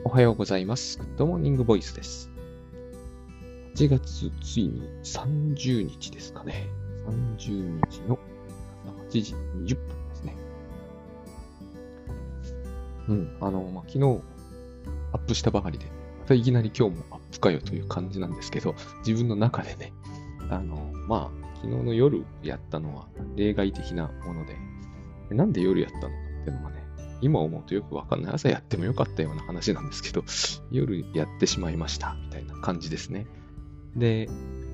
おはようございます。グッドモーニングボイスです。8月ついに30日ですかね。30日の朝8時20分ですね。昨日アップしたばかりで、またいきなり今日もアップかよという感じなんですけど、自分の中でね、昨日の夜やったのは例外的なもので、なんで夜やったのかっていうのもね、今思うとよくわかんない。朝やってもよかったような話なんですけど、夜やってしまいました、みたいな感じですね。で、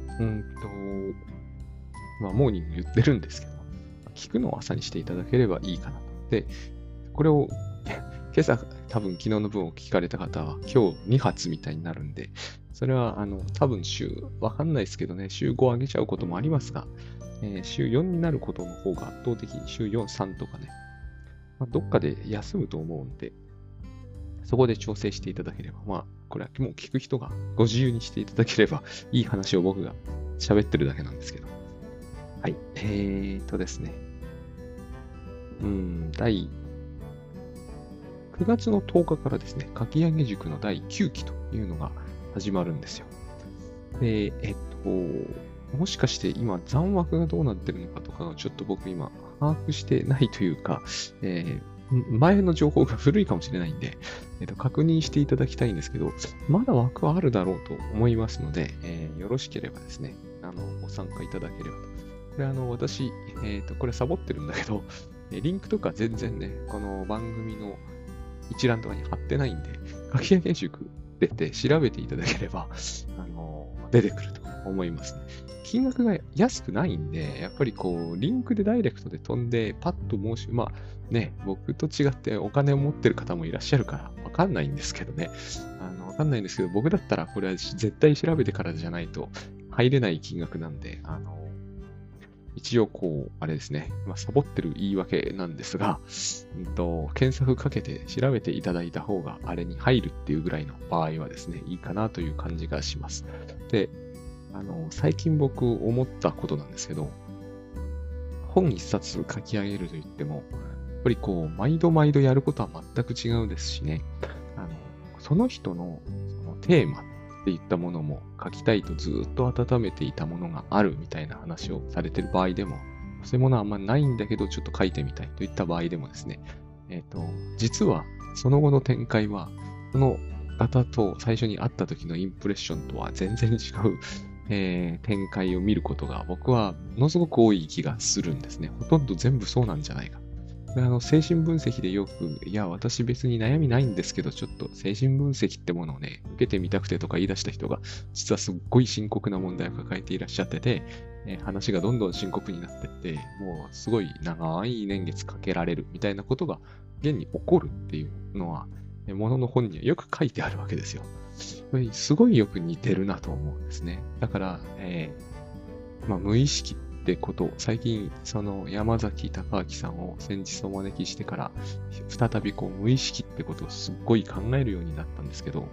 モーニング言ってるんですけど、聞くのを朝にしていただければいいかなと。で、これを今朝多分昨日の分を聞かれた方は今日2発みたいになるんで、それは多分わかんないですけどね、週5上げちゃうこともありますが、週4になることの方が圧倒的に週4、3とかね、どっかで休むと思うんで、そこで調整していただければ、これはもう聞く人がご自由にしていただければ、いい話を僕が喋ってるだけなんですけど。はい。ですね。9月の10日からですね、かき上げ塾の第9期というのが始まるんですよ。で、もしかして今、残枠がどうなってるのかとか、ちょっと僕今、把握してないというか、前の情報が古いかもしれないんで、確認していただきたいんですけど、まだ枠はあるだろうと思いますので、よろしければですね、ご参加いただければと。これ私、これサボってるんだけど、リンクとか全然ね、この番組の一覧とかに貼ってないんで、かき上げ塾出て調べていただければ、出てくると思いますね。金額が安くないんで、やっぱりリンクでダイレクトで飛んで、パッと僕と違ってお金を持ってる方もいらっしゃるから、わかんないんですけどね。わかんないんですけど、僕だったらこれは絶対調べてからじゃないと入れない金額なんで、一応あれですね、サボってる言い訳なんですが、検索かけて調べていただいた方があれに入るっていうぐらいの場合はですね、いいかなという感じがします。で、最近僕思ったことなんですけど、本一冊書き上げると言っても、やっぱり毎度毎度やることは全く違うですしね、その人のそのテーマっていったものも書きたいとずっと温めていたものがあるみたいな話をされている場合でも、そういうものはあんまないんだけど、ちょっと書いてみたいといった場合でもですね、実はその後の展開は、その方と最初に会った時のインプレッションとは全然違う、展開を見ることが僕はものすごく多い気がするんですね。ほとんど全部そうなんじゃないか。精神分析でよく、いや、私別に悩みないんですけど、ちょっと精神分析ってものをね、受けてみたくてとか言い出した人が、実はすっごい深刻な問題を抱えていらっしゃってて、話がどんどん深刻になってって、もうすごい長い年月かけられるみたいなことが現に起こるっていうのは、ものの本にはよく書いてあるわけですよ。これすごいよく似てるなと思うんですね。だから、無意識ってこと、最近、その山崎隆明さんを先日お招きしてから、再び無意識ってことをすっごい考えるようになったんですけど、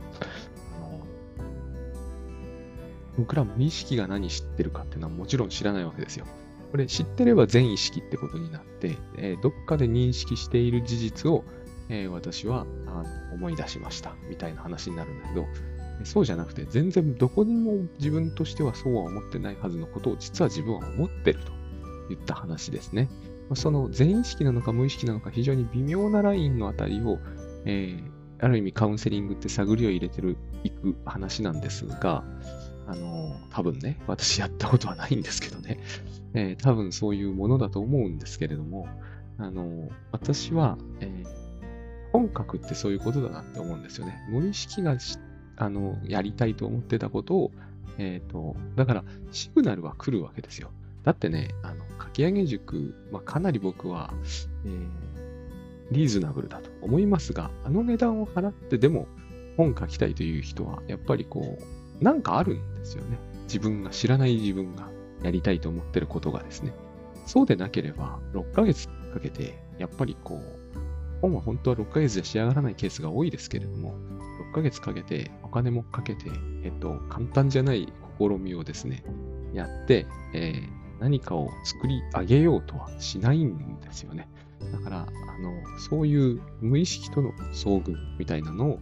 僕ら無意識が何知ってるかっていうのはもちろん知らないわけですよ。これ知ってれば全意識ってことになって、どっかで認識している事実を、私は思い出しましたみたいな話になるんだけど、そうじゃなくて全然どこにも自分としてはそうは思ってないはずのことを実は自分は思ってるといった話ですね。その全意識なのか無意識なのか非常に微妙なラインのあたりを、ある意味カウンセリングって探りを入れていく話なんですが、多分ね、私やったことはないんですけどね、多分そういうものだと思うんですけれども、私は、本格ってそういうことだなって思うんですよね。無意識がやりたいと思ってたことを、だからシグナルは来るわけですよ。だってね、かき上げ塾、かなり僕は、リーズナブルだと思いますが、あの値段を払ってでも本書きたいという人は、やっぱりなんかあるんですよね。自分が知らない自分がやりたいと思ってることがですね。そうでなければ、6ヶ月かけて、やっぱり本は本当は6ヶ月じゃ仕上がらないケースが多いですけれども、6ヶ月かけて、お金もかけて、簡単じゃない試みをですね、やって、何かを作り上げようとはしないんですよね。だから、そういう無意識との遭遇みたいなのを、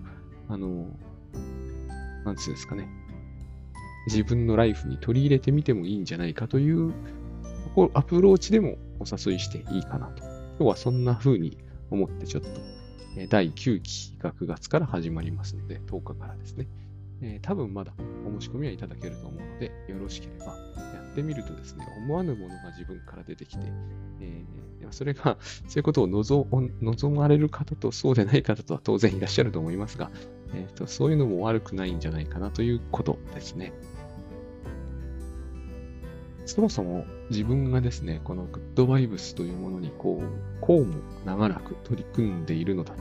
なんつうんですかね。自分のライフに取り入れてみてもいいんじゃないかというアプローチでもお誘いしていいかなと。今日はそんな風に思ってちょっと、第9期が9月から始まりますので、10日からですね。多分まだお申し込みはいただけると思うので、よろしければやってみるとですね、思わぬものが自分から出てきて、それが、そういうことを望まれる方とそうでない方とは当然いらっしゃると思いますが、そういうのも悪くないんじゃないかなということですね。そもそも自分がですね、このグッドバイブスというものにこうも長らく取り組んでいるのだって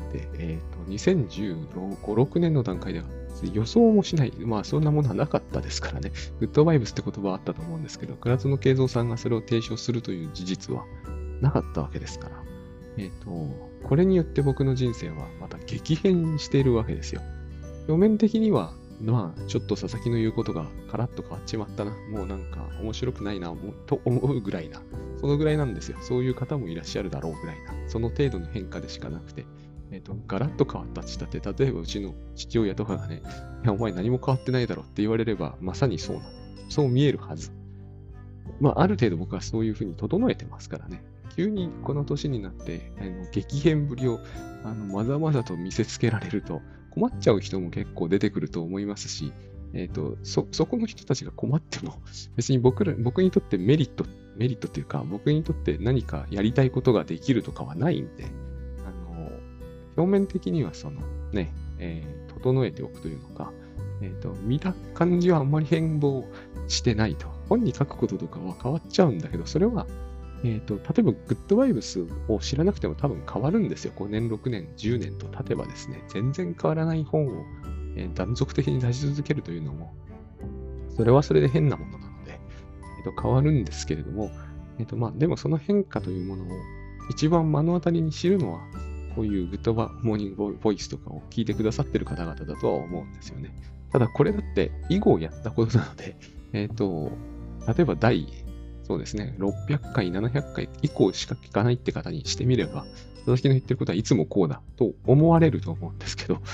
、2015、6年の段階では予想もしない、まあそんなものはなかったですからね、グッドバイブスって言葉はあったと思うんですけど、倉園慶三さんがそれを提唱するという事実はなかったわけですから、これによって僕の人生はまた激変しているわけですよ。表面的にはまあ、ちょっと佐々木の言うことがカラッと変わっちまったな。もうなんか面白くないな、と思うぐらいな。そのぐらいなんですよ。そういう方もいらっしゃるだろうぐらいな。その程度の変化でしかなくて。ガラッと変わったって言ったって、例えばうちの父親とかがね、いや、お前何も変わってないだろって言われれば、まさにそうなの。そう見えるはず。まあ、ある程度僕はそういうふうに整えてますからね。急にこの年になって、激変ぶりをまざまざと見せつけられると、困っちゃう人も結構出てくると思いますし、そこの人たちが困っても、別に僕にとってメリットっていうか、僕にとって何かやりたいことができるとかはないんで、表面的にはね、整えておくというのか、見た感じはあんまり変貌してないと。本に書くこととかは変わっちゃうんだけど、それは例えばグッドバイブスを知らなくても多分変わるんですよ。5年、6年、10年と経てばですね、全然変わらない本を、断続的に出し続けるというのも、それはそれで変なものなので、変わるんですけれども、まあ、でもその変化というものを一番目の当たりに知るのは、こういうグッドモーニングボイスとかを聞いてくださってる方々だとは思うんですよね。ただこれだって以後やったことなので、例えばそうですね、600回、700回以降しか聞かないって方にしてみれば、佐々木の言ってることはいつもこうだと思われると思うんですけど、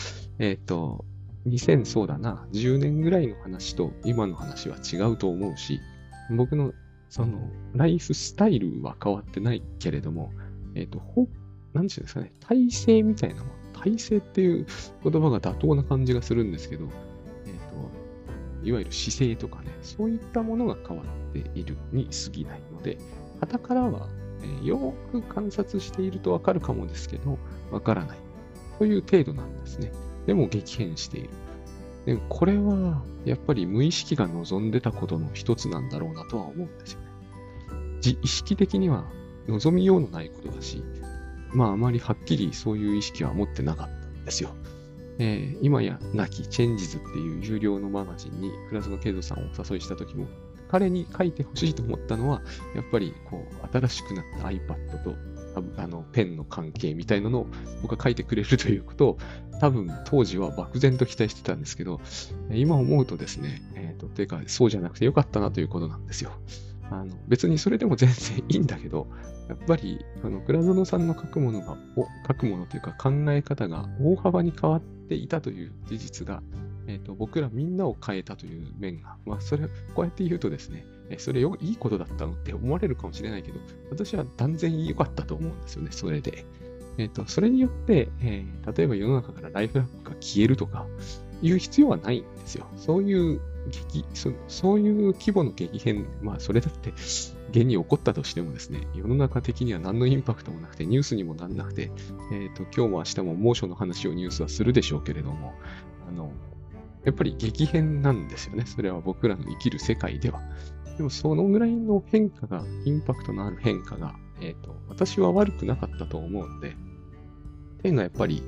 そうだな、10年ぐらいの話と今の話は違うと思うし、僕のライフスタイルは変わってないけれども、なんていうんですかね、体制みたいなもの、体制っていう言葉が妥当な感じがするんですけど、いわゆる姿勢とかね、そういったものが変わっているに過ぎないので、傍からは、よく観察しているとわかるかもですけど、わからない。という程度なんですね。でも激変している。でこれは、やっぱり無意識が望んでたことの一つなんだろうなとは思うんですよね。自意識的には望みようのないことだし、まああまりはっきりそういう意識は持ってなかったんですよ。今や亡きチェンジズっていう有料のマガジンに倉園慶三さんをお誘いした時も、彼に書いてほしいと思ったのは、やっぱりこう新しくなった iPad とペンの関係みたいなのを僕が書いてくれるということを多分当時は漠然と期待してたんですけど、今思うとですね、ていうかそうじゃなくてよかったなということなんですよ。別にそれでも全然いいんだけど、やっぱり倉園さんの書くものというか考え方が大幅に変わっていたという事実が、僕らみんなを変えたという面が、まあこうやって言うとですね、それいいことだったのって思われるかもしれないけど、私は断然良かったと思うんですよね、それで。それによって、例えば世の中からライフラックが消えるとかいう必要はないんですよ。そういう規模の激変、まあそれだって現に起こったとしてもですね、世の中的には何のインパクトもなくて、ニュースにもなんなくて、今日も明日も猛暑の話をニュースはするでしょうけれども、やっぱり激変なんですよね。それは僕らの生きる世界では。でもそのぐらいの変化が、インパクトのある変化が、私は悪くなかったと思うんで、っていうのはやっぱり、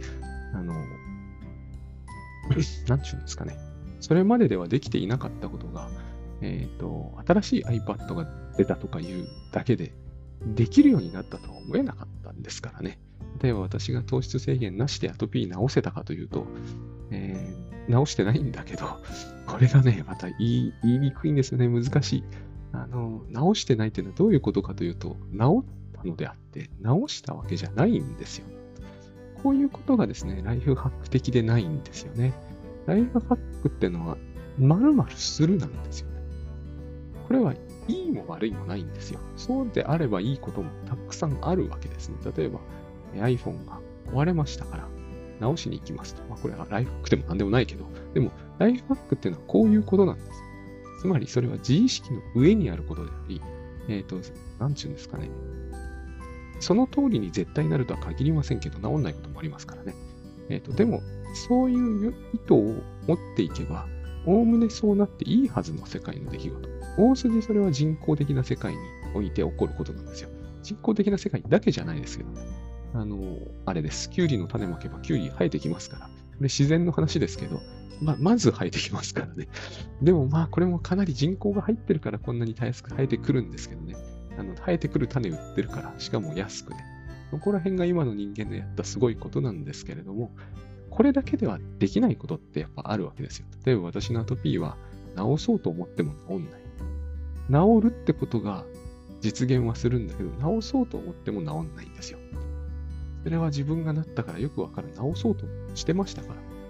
なんていうんですかね。それまでではできていなかったことが、新しい iPad が出たとかいうだけで、できるようになったとは思えなかったんですからね。例えば私が糖質制限なしでアトピー治せたかというと、治してないんだけど、これがね、また言いにくいんですよね。難しい。治してないっていうのはどういうことかというと、治ったのであって、治したわけじゃないんですよ。 こういうことがですね、ライフハック的でないんですよね。ライフハックってのは、〇〇するなんですよね。これはいいも悪いもないんですよ。そうであればいいこともたくさんあるわけですね。例えば、iPhone が壊れましたから、直しに行きますと。これはライフハックでもなんでもないけど、でも、ライフハックっていうのはこういうことなんですよ。つまり、それは自意識の上にあることであり、なんちゅうんですかね。その通りに絶対になるとは限りませんけど、治んないこともありますからね。でも、そういう意図を持っていけば、おおむねそうなっていいはずの世界の出来事。大筋それは人工的な世界において起こることなんですよ。人工的な世界だけじゃないですけどね。あれです。キュウリの種まけばキュウリ生えてきますから。これ自然の話ですけど、まず生えてきますからね。でもこれもかなり人口が入ってるからこんなにたやすく生えてくるんですけどね。生えてくる種売ってるから、しかも安くね。そこら辺が今の人間のやったすごいことなんですけれども、これだけではできないことってやっぱあるわけですよ。例えば私のアトピーは治そうと思っても治んない。治るってことが実現はするんだけど、治そうと思っても治んないんですよ。それは自分がなったからよくわかる。治そうとしてましたから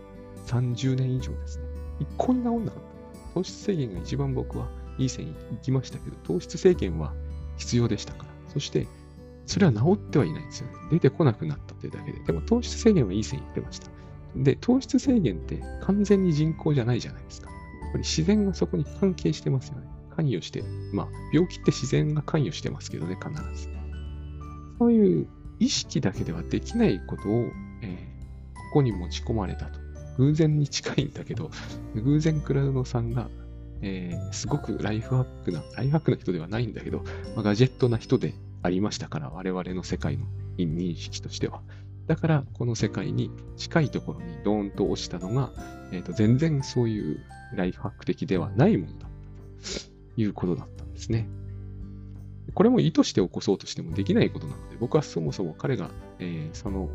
。30年以上ですね。一向に治んなかった。糖質制限が一番僕はいい線に行きましたけど、糖質制限は必要でしたから。そして、それは治ってはいないんですよね。出てこなくなったというだけで。でも糖質制限はいい線いってました。で、糖質制限って完全に人工じゃないじゃないですか。やっぱり自然がそこに関係してますよね。関与して。病気って自然が関与してますけどね、必ず。そういう意識だけではできないことを、ここに持ち込まれたと。偶然に近いんだけど、偶然クラウドさんが、すごくライフハックな人ではないんだけど、ガジェットな人でありましたから、我々の世界の認識としては。だから、この世界に近いところにドーンと落ちたのが、全然そういうライフハック的ではないものだったということだったんですね。これも意図して起こそうとしてもできないことなので、僕はそもそも彼が、その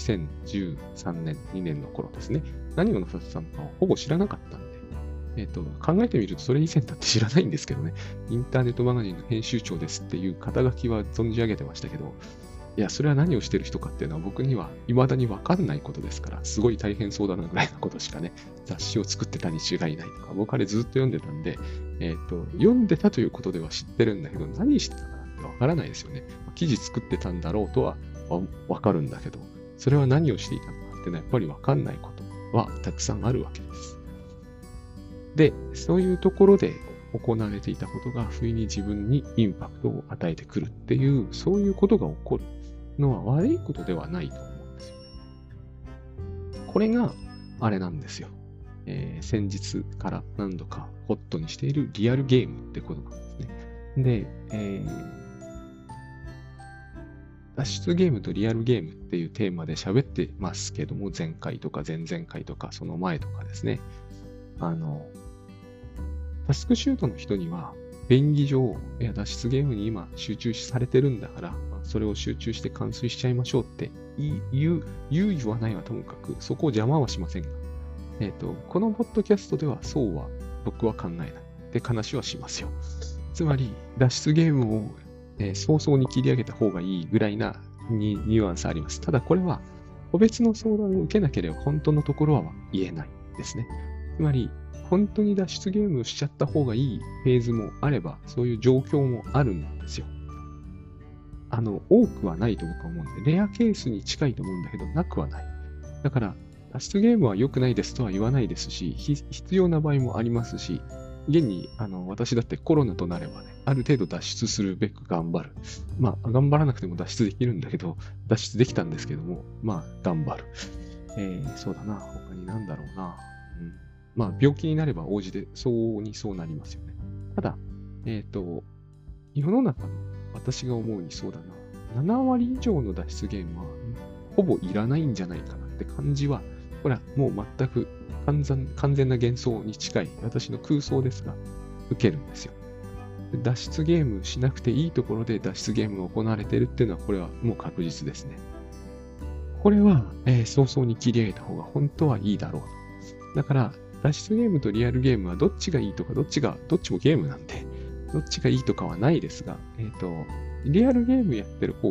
2013年、2年の頃ですね、何をなさってたのかをほぼ知らなかったんで、考えてみるとそれ以前だって知らないんですけどね、インターネットマガジンの編集長ですっていう肩書きは存じ上げてましたけど、いや、それは何をしてる人かっていうのは僕には未だにわかんないことですから、すごい大変そうだなぐらいのことしかね、雑誌を作ってたに違いないとか、僕あれずっと読んでたんで、読んでたということでは知ってるんだけど、何してたかってわからないですよね。記事作ってたんだろうとはわかるんだけど、それは何をしていたのかっていうのはやっぱりわかんないことはたくさんあるわけです。で、そういうところで行われていたことが不意に自分にインパクトを与えてくるっていう、そういうことが起こるのは悪いことではないと思うんですよ。これがあれなんですよ。先日から何度かホットにしているリアルゲームってことなんですね。で、脱出ゲームとリアルゲームっていうテーマで喋ってますけども、前回とか前々回とかその前とかですね。タスクシュートの人には、便宜上、脱出ゲームに今集中されてるんだから、それを集中して完遂しちゃいましょうって言わないはともかく、そこを邪魔はしませんが、このポッドキャストではそうは僕は考えないって話はしますよ。つまり、脱出ゲームを、早々に切り上げた方がいいぐらいなニュアンスあります。ただこれは、個別の相談を受けなければ本当のところは言えないですね。つまり、本当に脱出ゲームをしちゃった方がいいフェーズもあれば、そういう状況もあるんですよ。多くはないと僕は思うんで、レアケースに近いと思うんだけど、なくはない。だから、脱出ゲームは良くないですとは言わないですし、必要な場合もありますし、現に、私だってコロナとなればね、ある程度脱出するべく頑張る。頑張らなくても脱出できるんだけど、脱出できたんですけども、頑張る。そうだな、他になんだろうな。病気になれば応じてそうなりますよね。ただ、世の中の私が思うにそうだな。7割以上の脱出ゲームはほぼいらないんじゃないかなって感じは、これはもう全く完全な幻想に近い私の空想ですが、受けるんですよ。脱出ゲームしなくていいところで脱出ゲームが行われているっていうのは、これはもう確実ですね。これは、早々に切り上げた方が本当はいいだろうと。だから、脱出ゲームとリアルゲームはどっちがいいとか、どっちもゲームなんで、どっちがいいとかはないですが、リアルゲームやってる方が、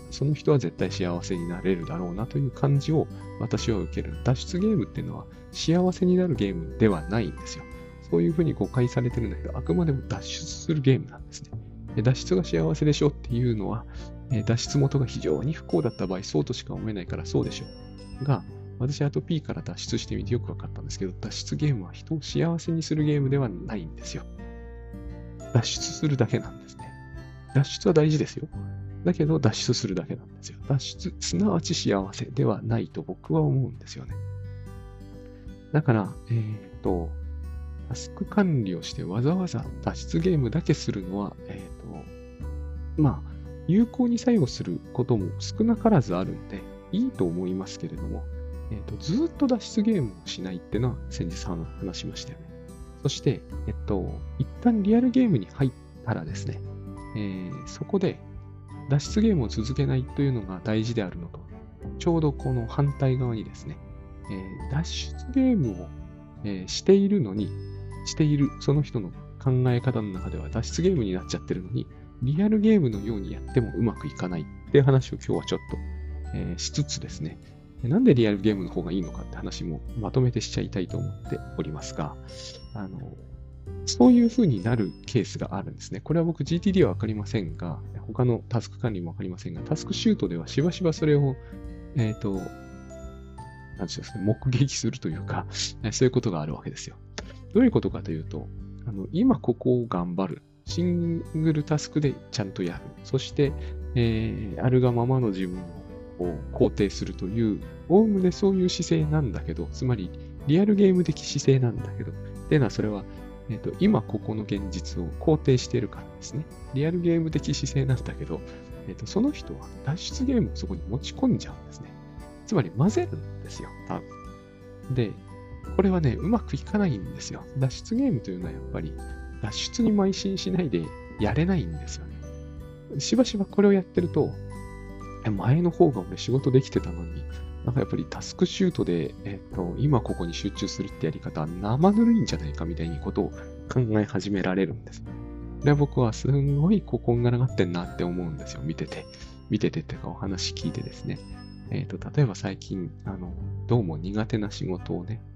その人は絶対幸せになれるだろうなという感じを私は受ける。脱出ゲームっていうのは幸せになるゲームではないんですよ。そういうふうに誤解されてるんだけど、あくまでも脱出するゲームなんですね。脱出が幸せでしょっていうのは、脱出元が非常に不幸だった場合、そうとしか思えないからそうでしょう。が、私はP から脱出してみてよく分かったんですけど、脱出ゲームは人を幸せにするゲームではないんですよ。脱出するだけなんですね。脱出は大事ですよ。だけど脱出するだけなんですよ。脱出、すなわち幸せではないと僕は思うんですよね。だから、タスク管理をしてわざわざ脱出ゲームだけするのは、まあ、有効に作用することも少なからずあるんで、いいと思いますけれども、ずっと脱出ゲームをしないっていうのは先日話しましたよね。そして、一旦リアルゲームに入ったらですね、そこで脱出ゲームを続けないというのが大事であるのと、ちょうどこの反対側にですね、脱出ゲームを、しているのに、しているその人の考え方の中では脱出ゲームになっちゃってるのに、リアルゲームのようにやってもうまくいかないっていう話を今日はちょっと、しつつですね、なんでリアルゲームの方がいいのかって話もまとめてしちゃいたいと思っておりますが、そういう風になるケースがあるんですね。これは僕 GTD はわかりませんが、他のタスク管理もわかりませんが、タスクシュートではしばしばそれを、なんていうんですかね、目撃するというか、そういうことがあるわけですよ。どういうことかというと、今ここを頑張る。シングルタスクでちゃんとやる。そして、あるがままの自分を肯定するという、おおむねそういう姿勢なんだけど、つまりリアルゲーム的姿勢なんだけど、っていうのはそれは、今ここの現実を肯定しているからですね。リアルゲーム的姿勢なんだけど、その人は脱出ゲームをそこに持ち込んじゃうんですね。つまり混ぜるんですよ、多分。で、これはね、うまくいかないんですよ。脱出ゲームというのはやっぱり、脱出に邁進しないでやれないんですよね。しばしばこれをやってると、前の方が俺仕事できてたのに、なんかやっぱりタスクシュートで、今ここに集中するってやり方は生ぬるいんじゃないかみたいにことを考え始められるんです。で、僕はすんごいこんがらがってんなって思うんですよ。見ててっていうかお話聞いてですね。例えば最近、どうも苦手な仕事をね、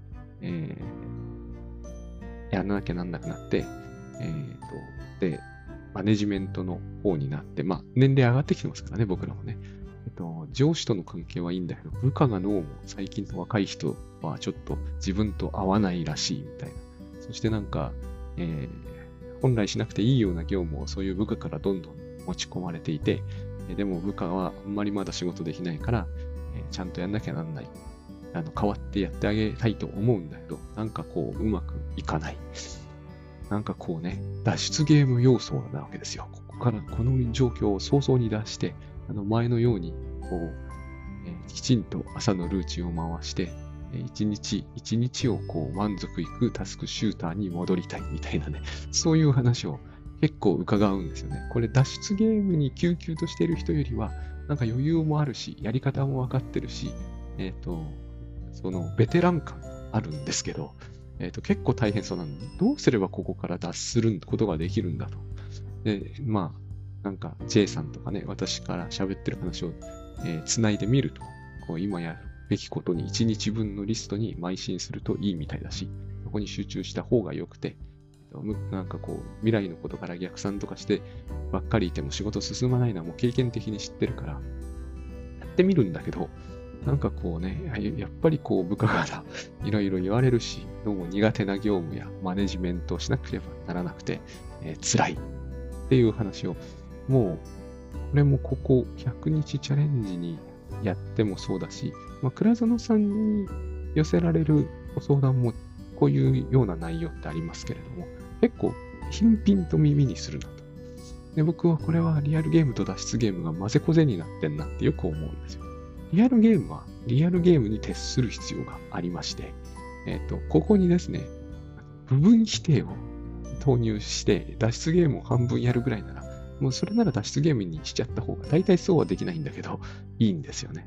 やらなきゃなんなくなって、で、マネジメントの方になって、まあ、年齢上がってきてますからね、僕らもね。上司との関係はいいんだけど、部下がどうも最近の若い人はちょっと自分と合わないらしいみたいな。そしてなんか、本来しなくていいような業務をそういう部下からどんどん持ち込まれていて、でも部下はあんまりまだ仕事できないから、ちゃんとやんなきゃなんない。代わってやってあげたいと思うんだけど、なんかこう、うまくいかない。なんかこうね、脱出ゲーム要素なわけですよ。ここからこの状況を早々に出して、前のように、こう、きちんと朝のルーチンを回して、一日をこう満足いくタスクシューターに戻りたいみたいなね、そういう話を結構伺うんですよね。これ脱出ゲームに救急としている人よりは、なんか余裕もあるし、やり方もわかってるし、そのベテラン感あるんですけど、結構大変そうなので、どうすればここから脱することができるんだと。で、まあ、なんか J さんとかね、私から喋ってる話を、繋いでみると、こう今やるべきことに1日分のリストに邁進するといいみたいだし、そこに集中した方が良くて、なんかこう、未来のことから逆算とかしてばっかりいても仕事進まないのはもう経験的に知ってるから、やってみるんだけど、なんかこうね、やっぱりこう部下からいろいろ言われるし、どうも苦手な業務やマネジメントをしなければならなくて、辛いっていう話を、もう、これもここ100日チャレンジにやってもそうだし、まあ、倉園さんに寄せられるご相談もこういうような内容ってありますけれども、結構頻々と耳にするなと。で、僕はこれはリアルゲームと脱出ゲームが混ぜこぜになってんなってよく思うんですよ。リアルゲームはリアルゲームに徹する必要がありまして、ここにですね、部分否定を投入して、脱出ゲームを半分やるぐらいなら、もうそれなら脱出ゲームにしちゃった方が、大体そうはできないんだけど、いいんですよね。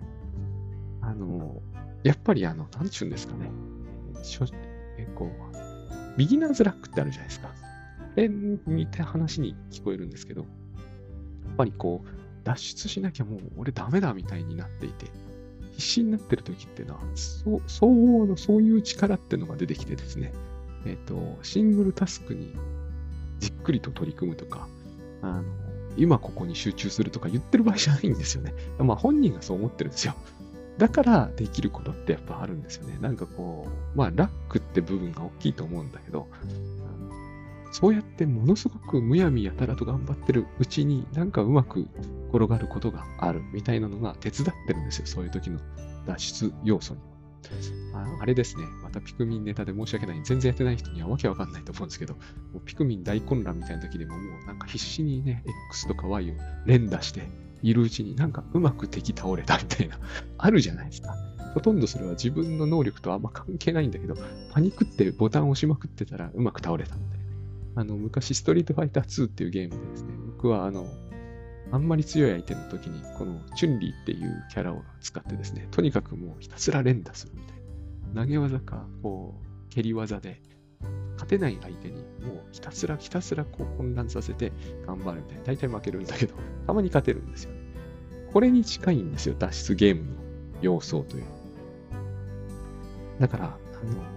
やっぱりなんちゅうんですかね。こう、ビギナーズラックってあるじゃないですか。似た話に聞こえるんですけど、やっぱりこう、 脱出しなきゃもう俺ダメだみたいになっていて、必死になってる時っていうのは、総合のそういう力っていうのが出てきてですね、シングルタスクにじっくりと取り組むとか、今ここに集中するとか言ってる場合じゃないんですよね。まあ本人がそう思ってるんですよ。だからできることってやっぱあるんですよね。なんかこう、まあラックって部分が大きいと思うんだけど、そうやってものすごくむやみやたらと頑張ってるうちになんかうまく転がることがあるみたいなのが手伝ってるんですよ。そういう時の脱出要素に。あれですね。またピクミンネタで申し訳ない。全然やってない人にはわけわかんないと思うんですけど、もうピクミン大混乱みたいな時でももうなんか必死にね、X とか Y を連打しているうちになんかうまく敵倒れたみたいな、あるじゃないですか。ほとんどそれは自分の能力とあんま関係ないんだけど、パニックってボタンを押しまくってたらうまく倒れたみたいな。昔、ストリートファイター2っていうゲームでですね、僕はあんまり強い相手の時に、このチュンリーっていうキャラを使ってですね、とにかくもうひたすら連打するみたいな。投げ技か、こう、蹴り技で、勝てない相手にもうひたすらこう混乱させて頑張るみたいな。大体負けるんだけど、たまに勝てるんですよね。これに近いんですよ、脱出ゲームの要素というのは。だから、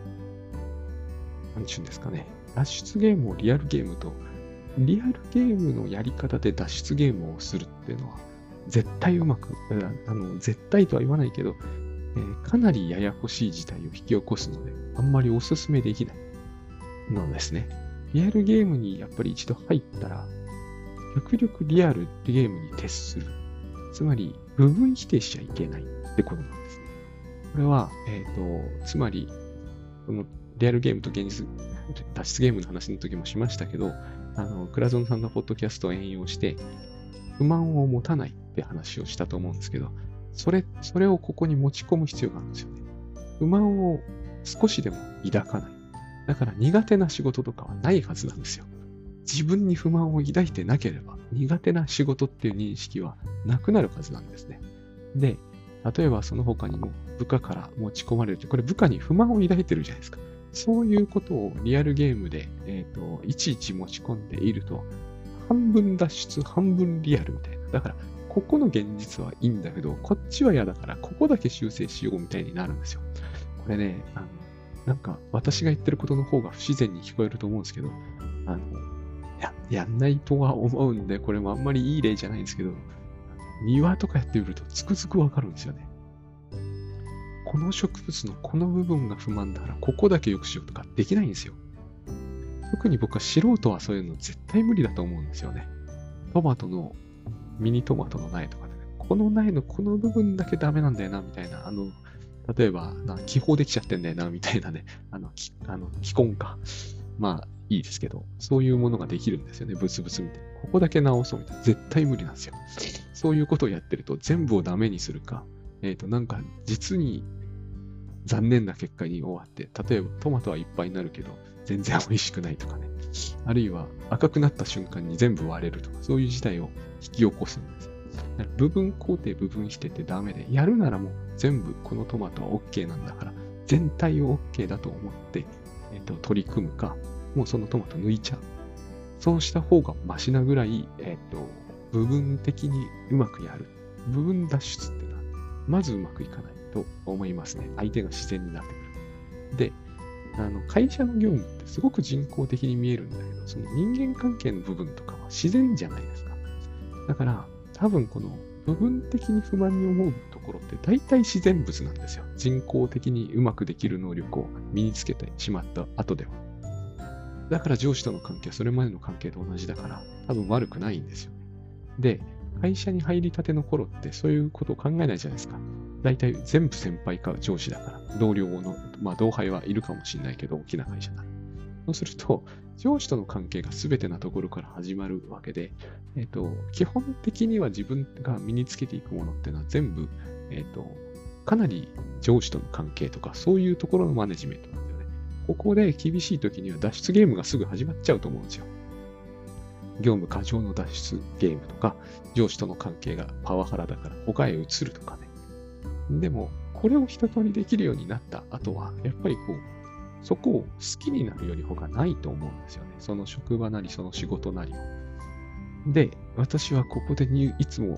なんちゅうんですかね。脱出ゲームをリアルゲームと、リアルゲームのやり方で脱出ゲームをするっていうのは、絶対うまく、絶対とは言わないけど、かなりややこしい事態を引き起こすので、あんまりおすすめできないのですね。リアルゲームにやっぱり一度入ったら、極力リアルゲームに徹する。つまり、部分否定しちゃいけないってことなんですね。これは、つまり、このリアルゲームと現実、脱出ゲームの話の時もしましたけど、倉園さんのポッドキャストを引用して、不満を持たないって話をしたと思うんですけど、それをここに持ち込む必要があるんですよね。不満を少しでも抱かない。だから苦手な仕事とかはないはずなんですよ。自分に不満を抱いてなければ、苦手な仕事っていう認識はなくなるはずなんですね。で、例えばその他にも部下から持ち込まれると、これ部下に不満を抱いてるじゃないですか。そういうことをリアルゲームで、いちいち持ち込んでいると、半分脱出、半分リアルみたいな。だから、ここの現実はいいんだけど、こっちは嫌だから、ここだけ修正しようみたいになるんですよ。これね、なんか私が言ってることの方が不自然に聞こえると思うんですけど、やんないとは思うんで、これもあんまりいい例じゃないんですけど、庭とかやってみるとつくづくわかるんですよね。この植物のこの部分が不満だから、ここだけ良くしようとかできないんですよ。特に僕は素人はそういうの絶対無理だと思うんですよね。ミニトマトの苗とかでね、この苗のこの部分だけダメなんだよな、みたいな。例えば、気泡できちゃってんだよな、みたいなね。気根か。まあ、いいですけど、そういうものができるんですよね。ブツブツみたいな。ここだけ直そうみたいな。絶対無理なんですよ。そういうことをやってると、全部をダメにするか、なんか、実に残念な結果に終わって、例えばトマトはいっぱいになるけど、全然美味しくないとかね。あるいは赤くなった瞬間に全部割れるとか、そういう事態を引き起こすんです。部分肯定、部分否定ってダメで、やるならもう全部このトマトは OK なんだから、全体を OK だと思って、取り組むか、もうそのトマト抜いちゃう。そうした方がマシなぐらい、部分的にうまくやる。部分脱出ってのは、まずうまくいかないと思いますね。相手が自然になってくる。で、会社の業務ってすごく人工的に見えるんだけど、その人間関係の部分とかは自然じゃないですか。だから、多分この部分的に不満に思うところって大体自然物なんですよ。人工的にうまくできる能力を身につけてしまった後では。だから上司との関係はそれまでの関係と同じだから、多分悪くないんですよね。で、会社に入りたての頃ってそういうことを考えないじゃないですか。大体全部先輩か上司だから、同僚の、同輩はいるかもしれないけど、大きな会社なら。そうすると、上司との関係が全てなところから始まるわけで、基本的には自分が身につけていくものっていうのは全部、かなり上司との関係とか、そういうところのマネジメントなんですよね。ここで厳しい時には脱出ゲームがすぐ始まっちゃうと思うんですよ。業務過剰の脱出ゲームとか、上司との関係がパワハラだから他へ移るとかね。でも、これを一通りできるようになった後は、やっぱりそこを好きになるより他ないと思うんですよね。その職場なり、その仕事なりを。で、私はここでいつも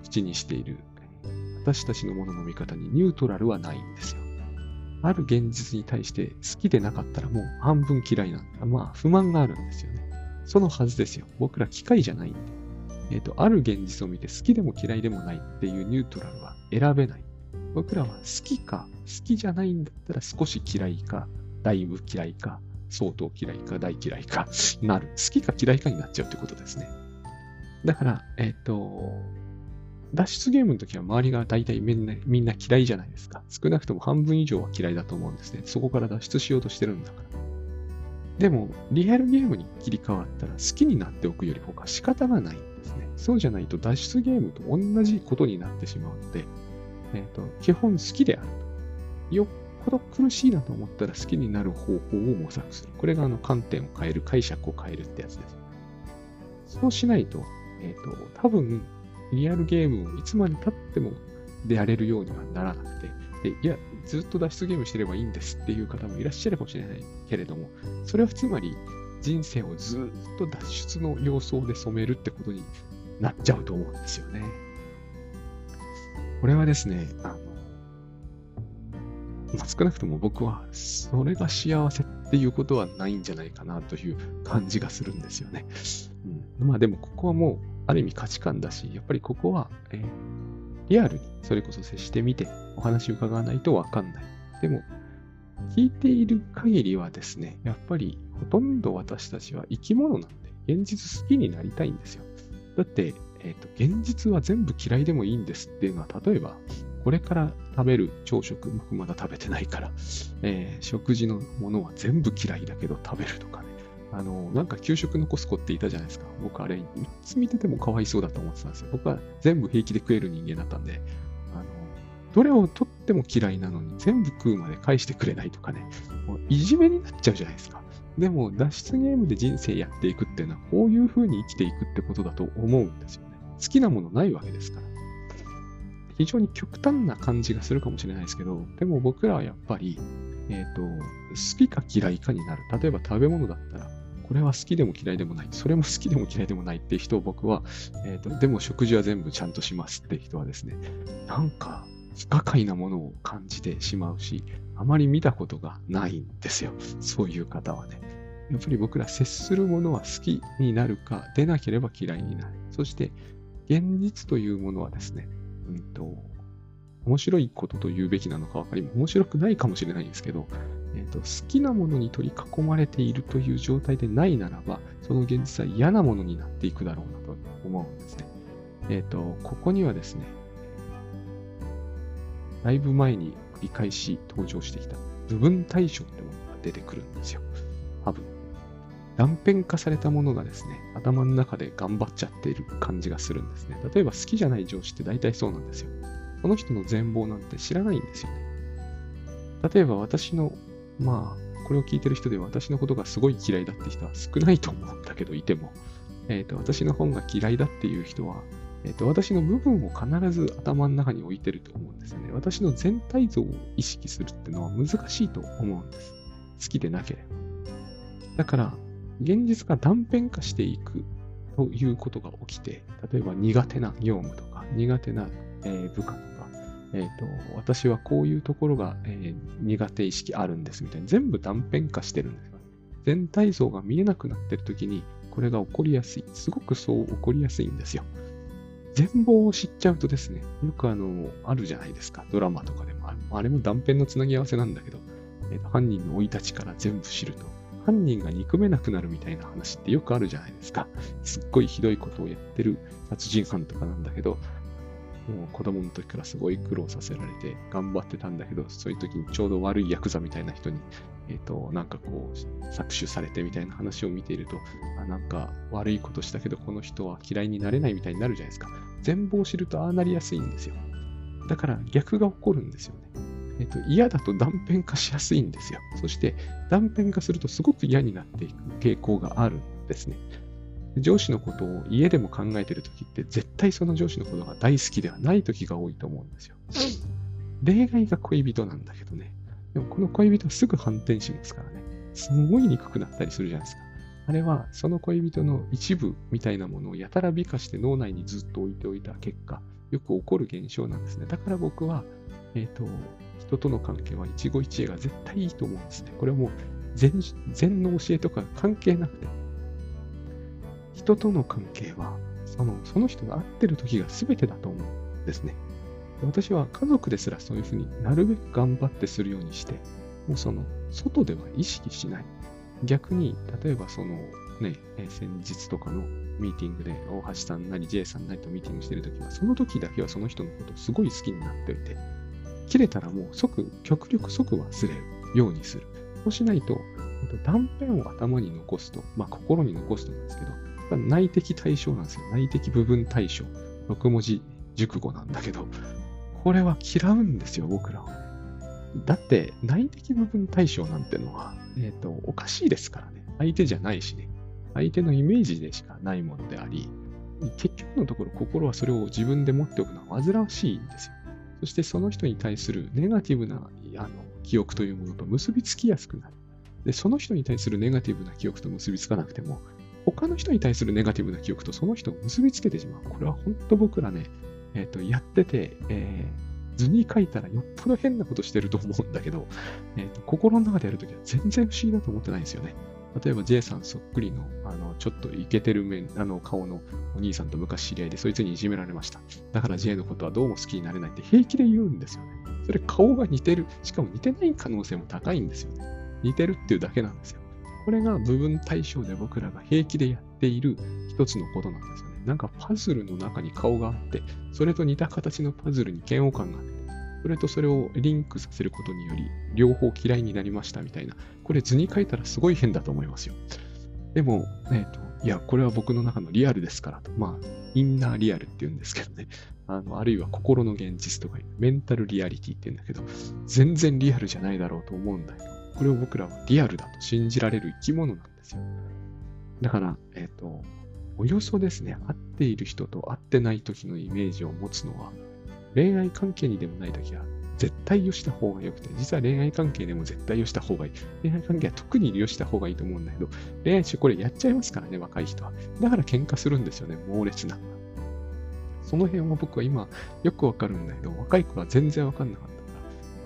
口にしている私たちのものの見方にニュートラルはないんですよ。ある現実に対して好きでなかったらもう半分嫌いなんだ。まあ不満があるんですよね。そのはずですよ。僕ら機械じゃないんで。ある現実を見て好きでも嫌いでもないっていうニュートラルは選べない。僕らは好きか好きじゃないんだったら少し嫌いか、だいぶ嫌いか、相当嫌いか、大嫌いかなる。好きか嫌いかになっちゃうってことですね。だから、脱出ゲームの時は周りが大体みんな嫌いじゃないですか。少なくとも半分以上は嫌いだと思うんですね。そこから脱出しようとしてるんだから。でも、リアルゲームに切り替わったら好きになっておくより他仕方がないんですね。そうじゃないと脱出ゲームと同じことになってしまうので、基本好きであると。よっぽど苦しいなと思ったら好きになる方法を模索する。これが観点を変える、解釈を変えるってやつです。そうしないと、多分、リアルゲームをいつまで経ってもやれるようにはならなくて、いや、ずっと脱出ゲームしてればいいんですっていう方もいらっしゃるかもしれないけれども、それはつまり人生をずっと脱出の様相で染めるってことになっちゃうと思うんですよね。これはですね、少なくとも僕はそれが幸せっていうことはないんじゃないかなという感じがするんですよね。まあでもここはもうある意味価値観だし、やっぱりここは、リアルにそれこそ接してみてお話を伺わないとわかんない。でも聞いている限りはですね、やっぱりほとんど私たちは生き物なんで現実好きになりたいんですよ。だって、現実は全部嫌いでもいいんですっていうのは、例えばこれから食べる朝食、僕まだ食べてないから、食事のものは全部嫌いだけど食べるとかね。なんか給食残す子っていたじゃないですか。僕あれ、いつ見ててもかわいそうだと思ってたんですよ。僕は全部平気で食える人間だったんで、どれをとっても嫌いなのに全部食うまで返してくれないとかね。もういじめになっちゃうじゃないですか。でも脱出ゲームで人生やっていくっていうのは、こういう風に生きていくってことだと思うんですよね。好きなものないわけですから。非常に極端な感じがするかもしれないですけど、でも僕らはやっぱり、好きか嫌いかになる。例えば食べ物だったら、これは好きでも嫌いでもない。それも好きでも嫌いでもないっていう人を僕は、でも食事は全部ちゃんとしますっていう人はですね、なんか不可解なものを感じてしまうし、あまり見たことがないんですよ。そういう方はね。やっぱり僕ら接するものは好きになるか、でなければ嫌いになる。そして、現実というものはですね、面白いことと言うべきなのか分かります。面白くないかもしれないんですけど、好きなものに取り囲まれているという状態でないならば、その現実は嫌なものになっていくだろうなと思うんですね。ここにはですね、だいぶ前に繰り返し登場してきた部分対象ってものが出てくるんですよ。多分。断片化されたものがですね、頭の中で頑張っちゃっている感じがするんですね。例えば好きじゃない上司って大体そうなんですよ。その人の全貌なんて知らないんですよね。例えば私の、これを聞いてる人で私のことがすごい嫌いだって人は少ないと思うんだけど、いても。私の本が嫌いだっていう人は、私の部分を必ず頭の中に置いてると思うんですよね。私の全体像を意識するっていうのは難しいと思うんです。好きでなければ。だから、現実が断片化していくということが起きて、例えば苦手な業務とか、苦手な、部下とか、私はこういうところが、苦手意識あるんですみたいな、全部断片化してるんですよ。全体像が見えなくなってるときに、これが起こりやすい。すごくそう起こりやすいんですよ。全貌を知っちゃうとですね、よくあるじゃないですか。ドラマとかでもあれも断片のつなぎ合わせなんだけど、犯人の生い立ちから全部知ると、犯人が憎めなくなるみたいな話ってよくあるじゃないですか。すっごいひどいことをやってる殺人犯とかなんだけど、もう子供の時からすごい苦労させられて頑張ってたんだけど、そういう時にちょうど悪いヤクザみたいな人に、なんかこう、搾取されてみたいな話を見ていると、なんか悪いことしたけど、この人は嫌いになれないみたいになるじゃないですか。全貌を知るとああなりやすいんですよ。だから逆が起こるんですよね。嫌だと断片化しやすいんですよ。そして断片化するとすごく嫌になっていく傾向があるんですね。上司のことを家でも考えているときって絶対その上司のことが大好きではないときが多いと思うんですよ。例外が恋人なんだけどね。でもこの恋人はすぐ反転しますからね。すごい憎くなったりするじゃないですか。あれはその恋人の一部みたいなものをやたら美化して脳内にずっと置いておいた結果、 よく起こる現象なんですね。だから僕は、人との関係は一期一会が絶対いいと思うんですね。これはもう禅の教えとか関係なくて、人との関係は、その人が会ってる時が全てだと思うんですね。私は家族ですらそういうふうになるべく頑張ってするようにして、もう外では意識しない。逆に、例えば先日とかのミーティングで大橋さんなり J さんなりとミーティングしてるときは、その時だけはその人のことをすごい好きになっておいて、切れたらもう極力即忘れるようにする。そうしないと、断片を頭に残すと、心に残すとなんですけど、内的対象なんですよ。内的部分対象。6文字熟語なんだけど、これは嫌うんですよ、僕らは。だって、内的部分対象なんてのは、おかしいですからね。相手じゃないしね。相手のイメージでしかないものであり、結局のところ心はそれを自分で持っておくのは煩わしいんですよ。そしてその人に対するネガティブな記憶というものと結びつきやすくなる。で、その人に対するネガティブな記憶と結びつかなくても、他の人に対するネガティブな記憶とその人を結びつけてしまう。これは本当僕らね、やってて、図に書いたらよっぽど変なことしてると思うんだけど、心の中でやるときは全然不思議だと思ってないんですよね。例えば J さんそっくりの、ちょっとイケてる顔のお兄さんと昔知り合いで、そいつにいじめられました。だから J のことはどうも好きになれないって平気で言うんですよね。それ顔が似てる。しかも似てない可能性も高いんですよね。似てるっていうだけなんですよ。これが部分対象で僕らが平気でやっている一つのことなんですよね。なんかパズルの中に顔があって、それと似た形のパズルに嫌悪感があって、それをリンクさせることにより、両方嫌いになりましたみたいな。これ図に書いたらすごい変だと思いますよ。でも、いや、これは僕の中のリアルですからと。インナーリアルって言うんですけどね。あるいは心の現実とかメンタルリアリティって言うんだけど、全然リアルじゃないだろうと思うんだけど、これを僕らはリアルだと信じられる生き物なんですよ。だから、およそですね、会っている人と会ってない時のイメージを持つのは、恋愛関係にでもない時は絶対良した方が良くて、実は恋愛関係でも絶対良した方がいい。恋愛関係は特に良した方がいいと思うんだけど、恋愛中これやっちゃいますからね、若い人は。だから喧嘩するんですよね、猛烈な。その辺は僕は今よくわかるんだけど、若い頃は全然わかんなかったから、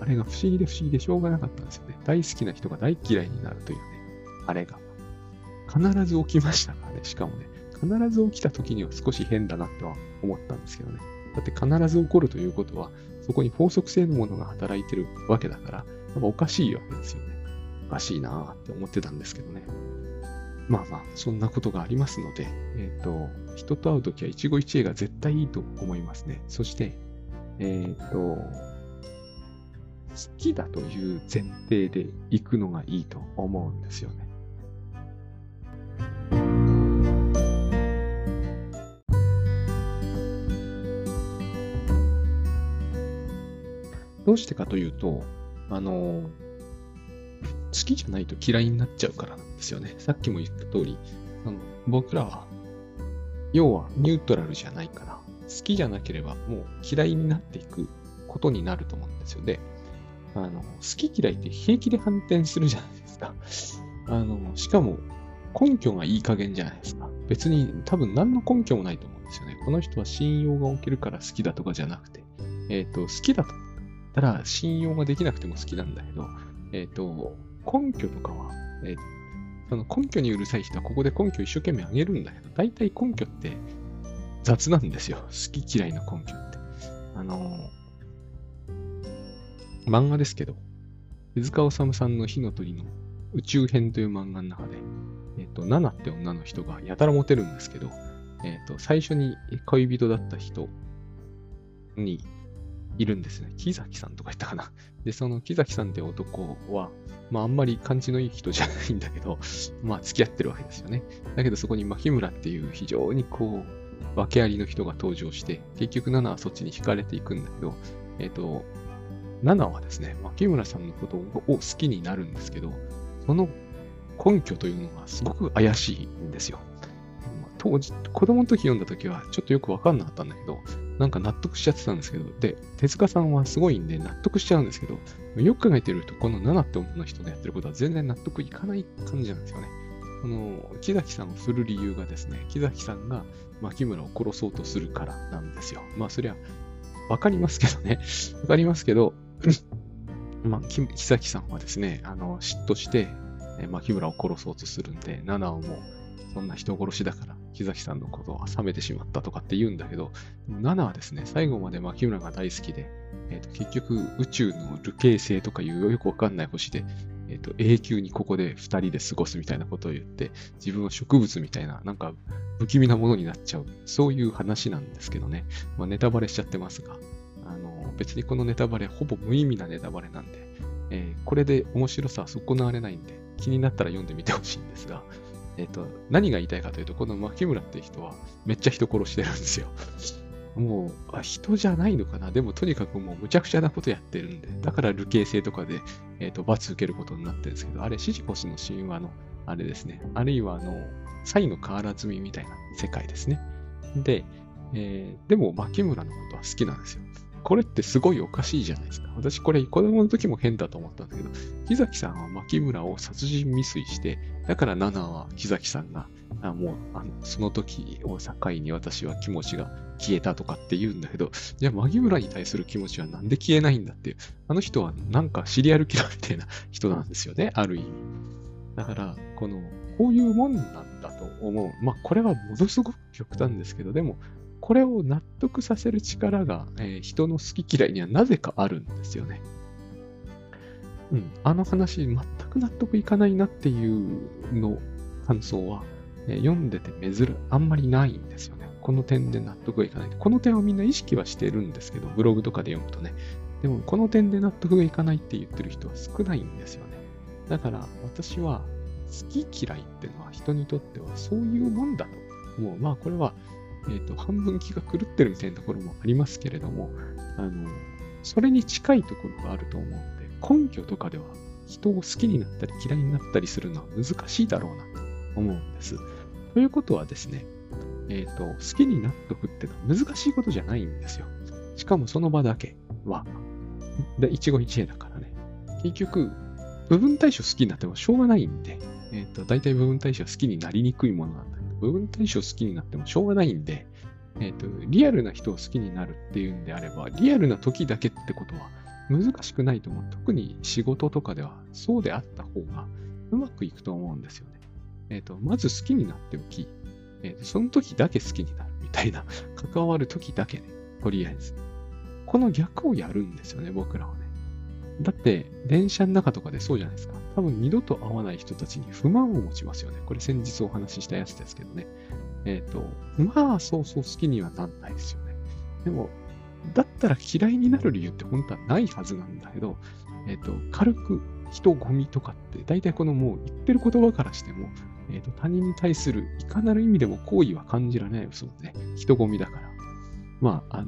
あれが不思議でしょうがなかったんですよね。大好きな人が大嫌いになるというね、あれが。必ず起きましたからね、しかもね。必ず起きた時には少し変だなとは思ったんですけどね。だって必ず起こるということは、そこに法則性のものが働いてるわけだから、やっぱおかしいわけですよね。おかしいなぁって思ってたんですけどね。そんなことがありますので、人と会うときは一期一会が絶対いいと思いますね。そして、好きだという前提で行くのがいいと思うんですよね。どうしてかというと、好きじゃないと嫌いになっちゃうからなんですよね。さっきも言った通り、僕らは、要はニュートラルじゃないから、好きじゃなければもう嫌いになっていくことになると思うんですよ。で、好き嫌いって平気で反転するじゃないですか。しかも根拠がいい加減じゃないですか。別に多分何の根拠もないと思うんですよね。この人は信用が起きるから好きだとかじゃなくて、好きだと思ったら信用ができなくても好きなんだけど、根拠とかは、その根拠にうるさい人はここで根拠を一生懸命あげるんだけど、大体根拠って雑なんですよ。好き嫌いの根拠って。漫画ですけど、手塚治虫さんの火の鳥の宇宙編という漫画の中で、ナナって女の人がやたらモテるんですけど、最初に恋人だった人にいるんですね。木崎さんとか言ったかな。で、その木崎さんって男は、あんまり感じのいい人じゃないんだけど、付き合ってるわけですよね。だけどそこに牧村っていう非常に訳ありの人が登場して、結局ナナはそっちに惹かれていくんだけど、ナナはですね、牧村さんのことを好きになるんですけど、その根拠というのがすごく怪しいんですよ。当時、子供の時読んだ時はちょっとよくわかんなかったんだけど、なんか納得しちゃってたんですけど、で、手塚さんはすごいんで納得しちゃうんですけど、よく考えてると、このナナって女の人のやってることは全然納得いかない感じなんですよね。 木崎さんを振る理由がですね、木崎さんが牧村を殺そうとするからなんですよ。まあ、そりゃ、わかりますけどね。わかりますけど、まあ、木崎さんはですね、嫉妬して、牧村を殺そうとするんで、七尾も、そんな人殺しだから、木崎さんのことは冷めてしまったとかって言うんだけど、七はですね、最後まで牧村が大好きで、結局、宇宙の流形星とかいうよくわかんない星で、永久にここで二人で過ごすみたいなことを言って、自分は植物みたいな、なんか不気味なものになっちゃう、そういう話なんですけどね。まあ、ネタバレしちゃってますが、別にこのネタバレ、ほぼ無意味なネタバレなんで、これで面白さは損なわれないんで、気になったら読んでみてほしいんですが、何が言いたいかというと、この牧村って人はめっちゃ人殺してるんですよ。もう、人じゃないのかな。でも、とにかくもうむちゃくちゃなことやってるんで、だから流刑制とかで、罰受けることになってるんですけど、あれ、シジフォスの神話の、あれですね。あるいは、サイの河原積みみたいな世界ですね。で、でも、牧村のことは好きなんですよ。これってすごいおかしいじゃないですか。私、これ、子供の時も変だと思ったんだけど、木崎さんは牧村を殺人未遂して、だからナナは木崎さんが、その時を境に私は気持ちが消えたとかって言うんだけど、じゃあ、牧村に対する気持ちはなんで消えないんだっていう。あの人はなんかシリアルキラーみたいな人なんですよね、ある意味。だから、こういうもんなんだと思う。まあ、これはものすごく極端ですけど、でも、これを納得させる力が、人の好き嫌いにはなぜかあるんですよね。あの話、全く納得いかないなっていう感想は、読んでてあんまりないんですよね。この点で納得がいかない。この点はみんな意識はしてるんですけど、ブログとかで読むとね。でも、この点で納得がいかないって言ってる人は少ないんですよね。だから、私は、好き嫌いっていうのは人にとってはそういうもんだと思う。まあ、これは、半分気が狂ってるみたいなところもありますけれども、それに近いところがあると思うので、根拠とかでは人を好きになったり嫌いになったりするのは難しいだろうなと思うんです。ということはですね、好きになっとくってのは難しいことじゃないんですよ。しかもその場だけは、一期一会だからね。結局、部分対象好きになってもしょうがないんで、大体部分対象は好きになりにくいものなんだけど、部分対象好きになってもしょうがないんで、リアルな人を好きになるっていうんであれば、リアルな時だけってことは難しくないと思う。特に仕事とかではそうであった方がうまくいくと思うんですよね。まず好きになっておき、その時だけ好きになるみたいな、関わる時だけね、とりあえず。この逆をやるんですよね、僕らはね。だって、電車の中とかでそうじゃないですか。多分二度と会わない人たちに不満を持ちますよね。これ先日お話ししたやつですけどね。まあ、そうそう好きにはなんないですよね。でも、だったら嫌いになる理由って本当はないはずなんだけど、軽く人ゴミとかって、大体このもう言ってる言葉からしても、他人に対するいかなる意味でも好意は感じられないですもんね。人ゴミだから。まあ、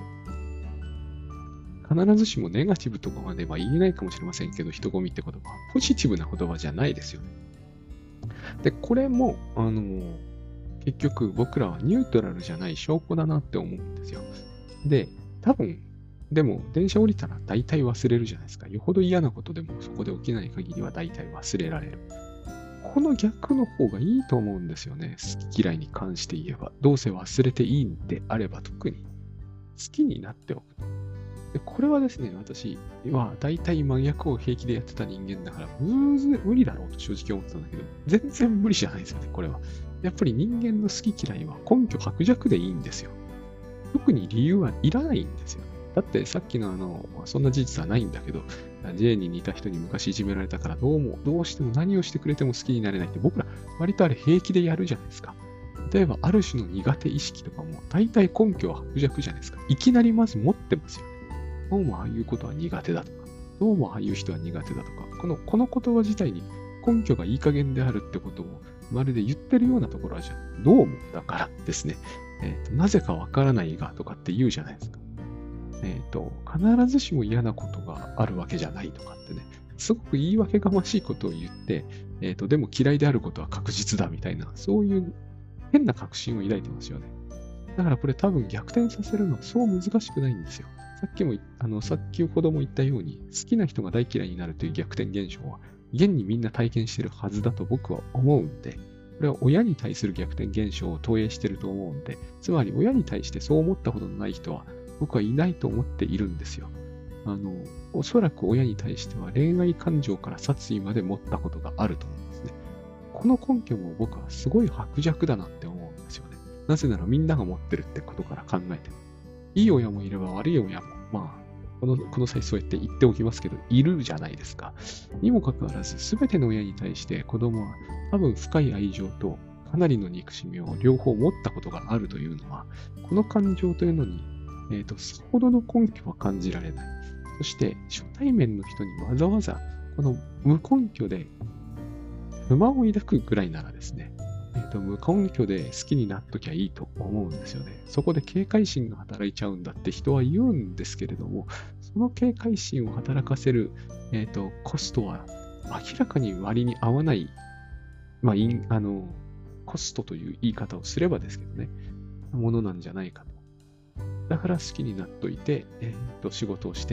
必ずしもネガティブとかまでは言えないかもしれませんけど、人混みって言葉はポジティブな言葉じゃないですよね。で、これも、結局僕らはニュートラルじゃない証拠だなって思うんですよ。で、多分、でも電車降りたら大体忘れるじゃないですか。よほど嫌なことでもそこで起きない限りは大体忘れられる。この逆の方がいいと思うんですよね。好き嫌いに関して言えば。どうせ忘れていいんであれば特に好きになっておくと。でこれはですね、私は大体真逆を平気でやってた人間だから無理だろうと正直思ってたんだけど、全然無理じゃないですよね、これは。やっぱり人間の好き嫌いは根拠薄弱でいいんですよ。特に理由はいらないんですよ。だってさっきのそんな事実はないんだけど、J に似た人に昔いじめられたからどうしても何をしてくれても好きになれないって僕ら割とあれ平気でやるじゃないですか。例えばある種の苦手意識とかも大体根拠は薄弱じゃないですか。いきなりまず持ってますよね。どうもああいうことは苦手だとか、どうもああいう人は苦手だとか、この言葉自体に根拠がいい加減であるってことをまるで言ってるようなところはじゃあどうもだからですね、なぜかわからないがとかって言うじゃないですか。必ずしも嫌なことがあるわけじゃないとかってね、すごく言い訳がましいことを言って、でも嫌いであることは確実だみたいな、そういう変な確信を抱いてますよね。だからこれ多分逆転させるのはそう難しくないんですよ。さっきほども言ったように、好きな人が大嫌いになるという逆転現象は現にみんな体験してるはずだと僕は思うんで、これは親に対する逆転現象を投影してると思うんで、つまり親に対してそう思ったことのない人は僕はいないと思っているんですよ。おそらく親に対しては恋愛感情から殺意まで持ったことがあると思うんですね。この根拠も僕はすごい薄弱だなって思うんですよね。なぜならみんなが持ってるってことから考えても。いい親もいれば悪い親も、まあ、この際そうやって言っておきますけど、いるじゃないですか。にもかかわらず、すべての親に対して子供は多分深い愛情とかなりの憎しみを両方持ったことがあるというのは、この感情というのに、さほどの根拠は感じられない。そして、初対面の人にわざわざ、この無根拠で不満を抱くぐらいならですね、無根拠で好きになっときゃいいと思うんですよね。そこで警戒心が働いちゃうんだって人は言うんですけれども、その警戒心を働かせる、コストは明らかに割に合わない、まあ、コストという言い方をすればですけどね、ものなんじゃないかと。だから好きになっといて、仕事をして、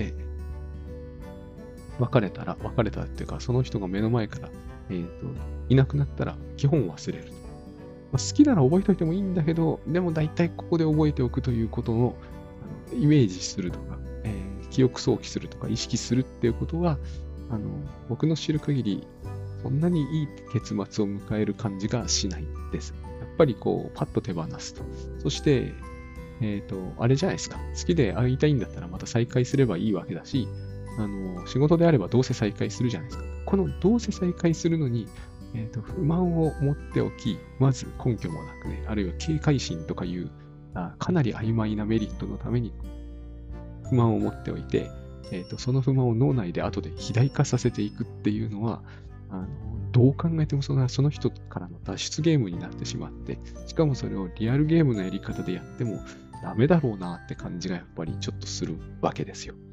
別れたっていうか、その人が目の前から、いなくなったら基本忘れると。好きなら覚えておいてもいいんだけど、でも大体ここで覚えておくということのイメージするとか、記憶想起するとか意識するっていうことは、僕の知る限り、そんなにいい結末を迎える感じがしないです。やっぱりこう、パッと手放すと。そして、あれじゃないですか。好きで会いたいんだったらまた再会すればいいわけだし、仕事であればどうせ再会するじゃないですか。このどうせ再会するのに、不満を持っておき、まず根拠もなくね、あるいは警戒心とかいうかなり曖昧なメリットのために不満を持っておいて、その不満を脳内で後で肥大化させていくっていうのは、どう考えてもその人からの脱出ゲームになってしまって、しかもそれをリアルゲームのやり方でやってもダメだろうなって感じがやっぱりちょっとするわけですよ。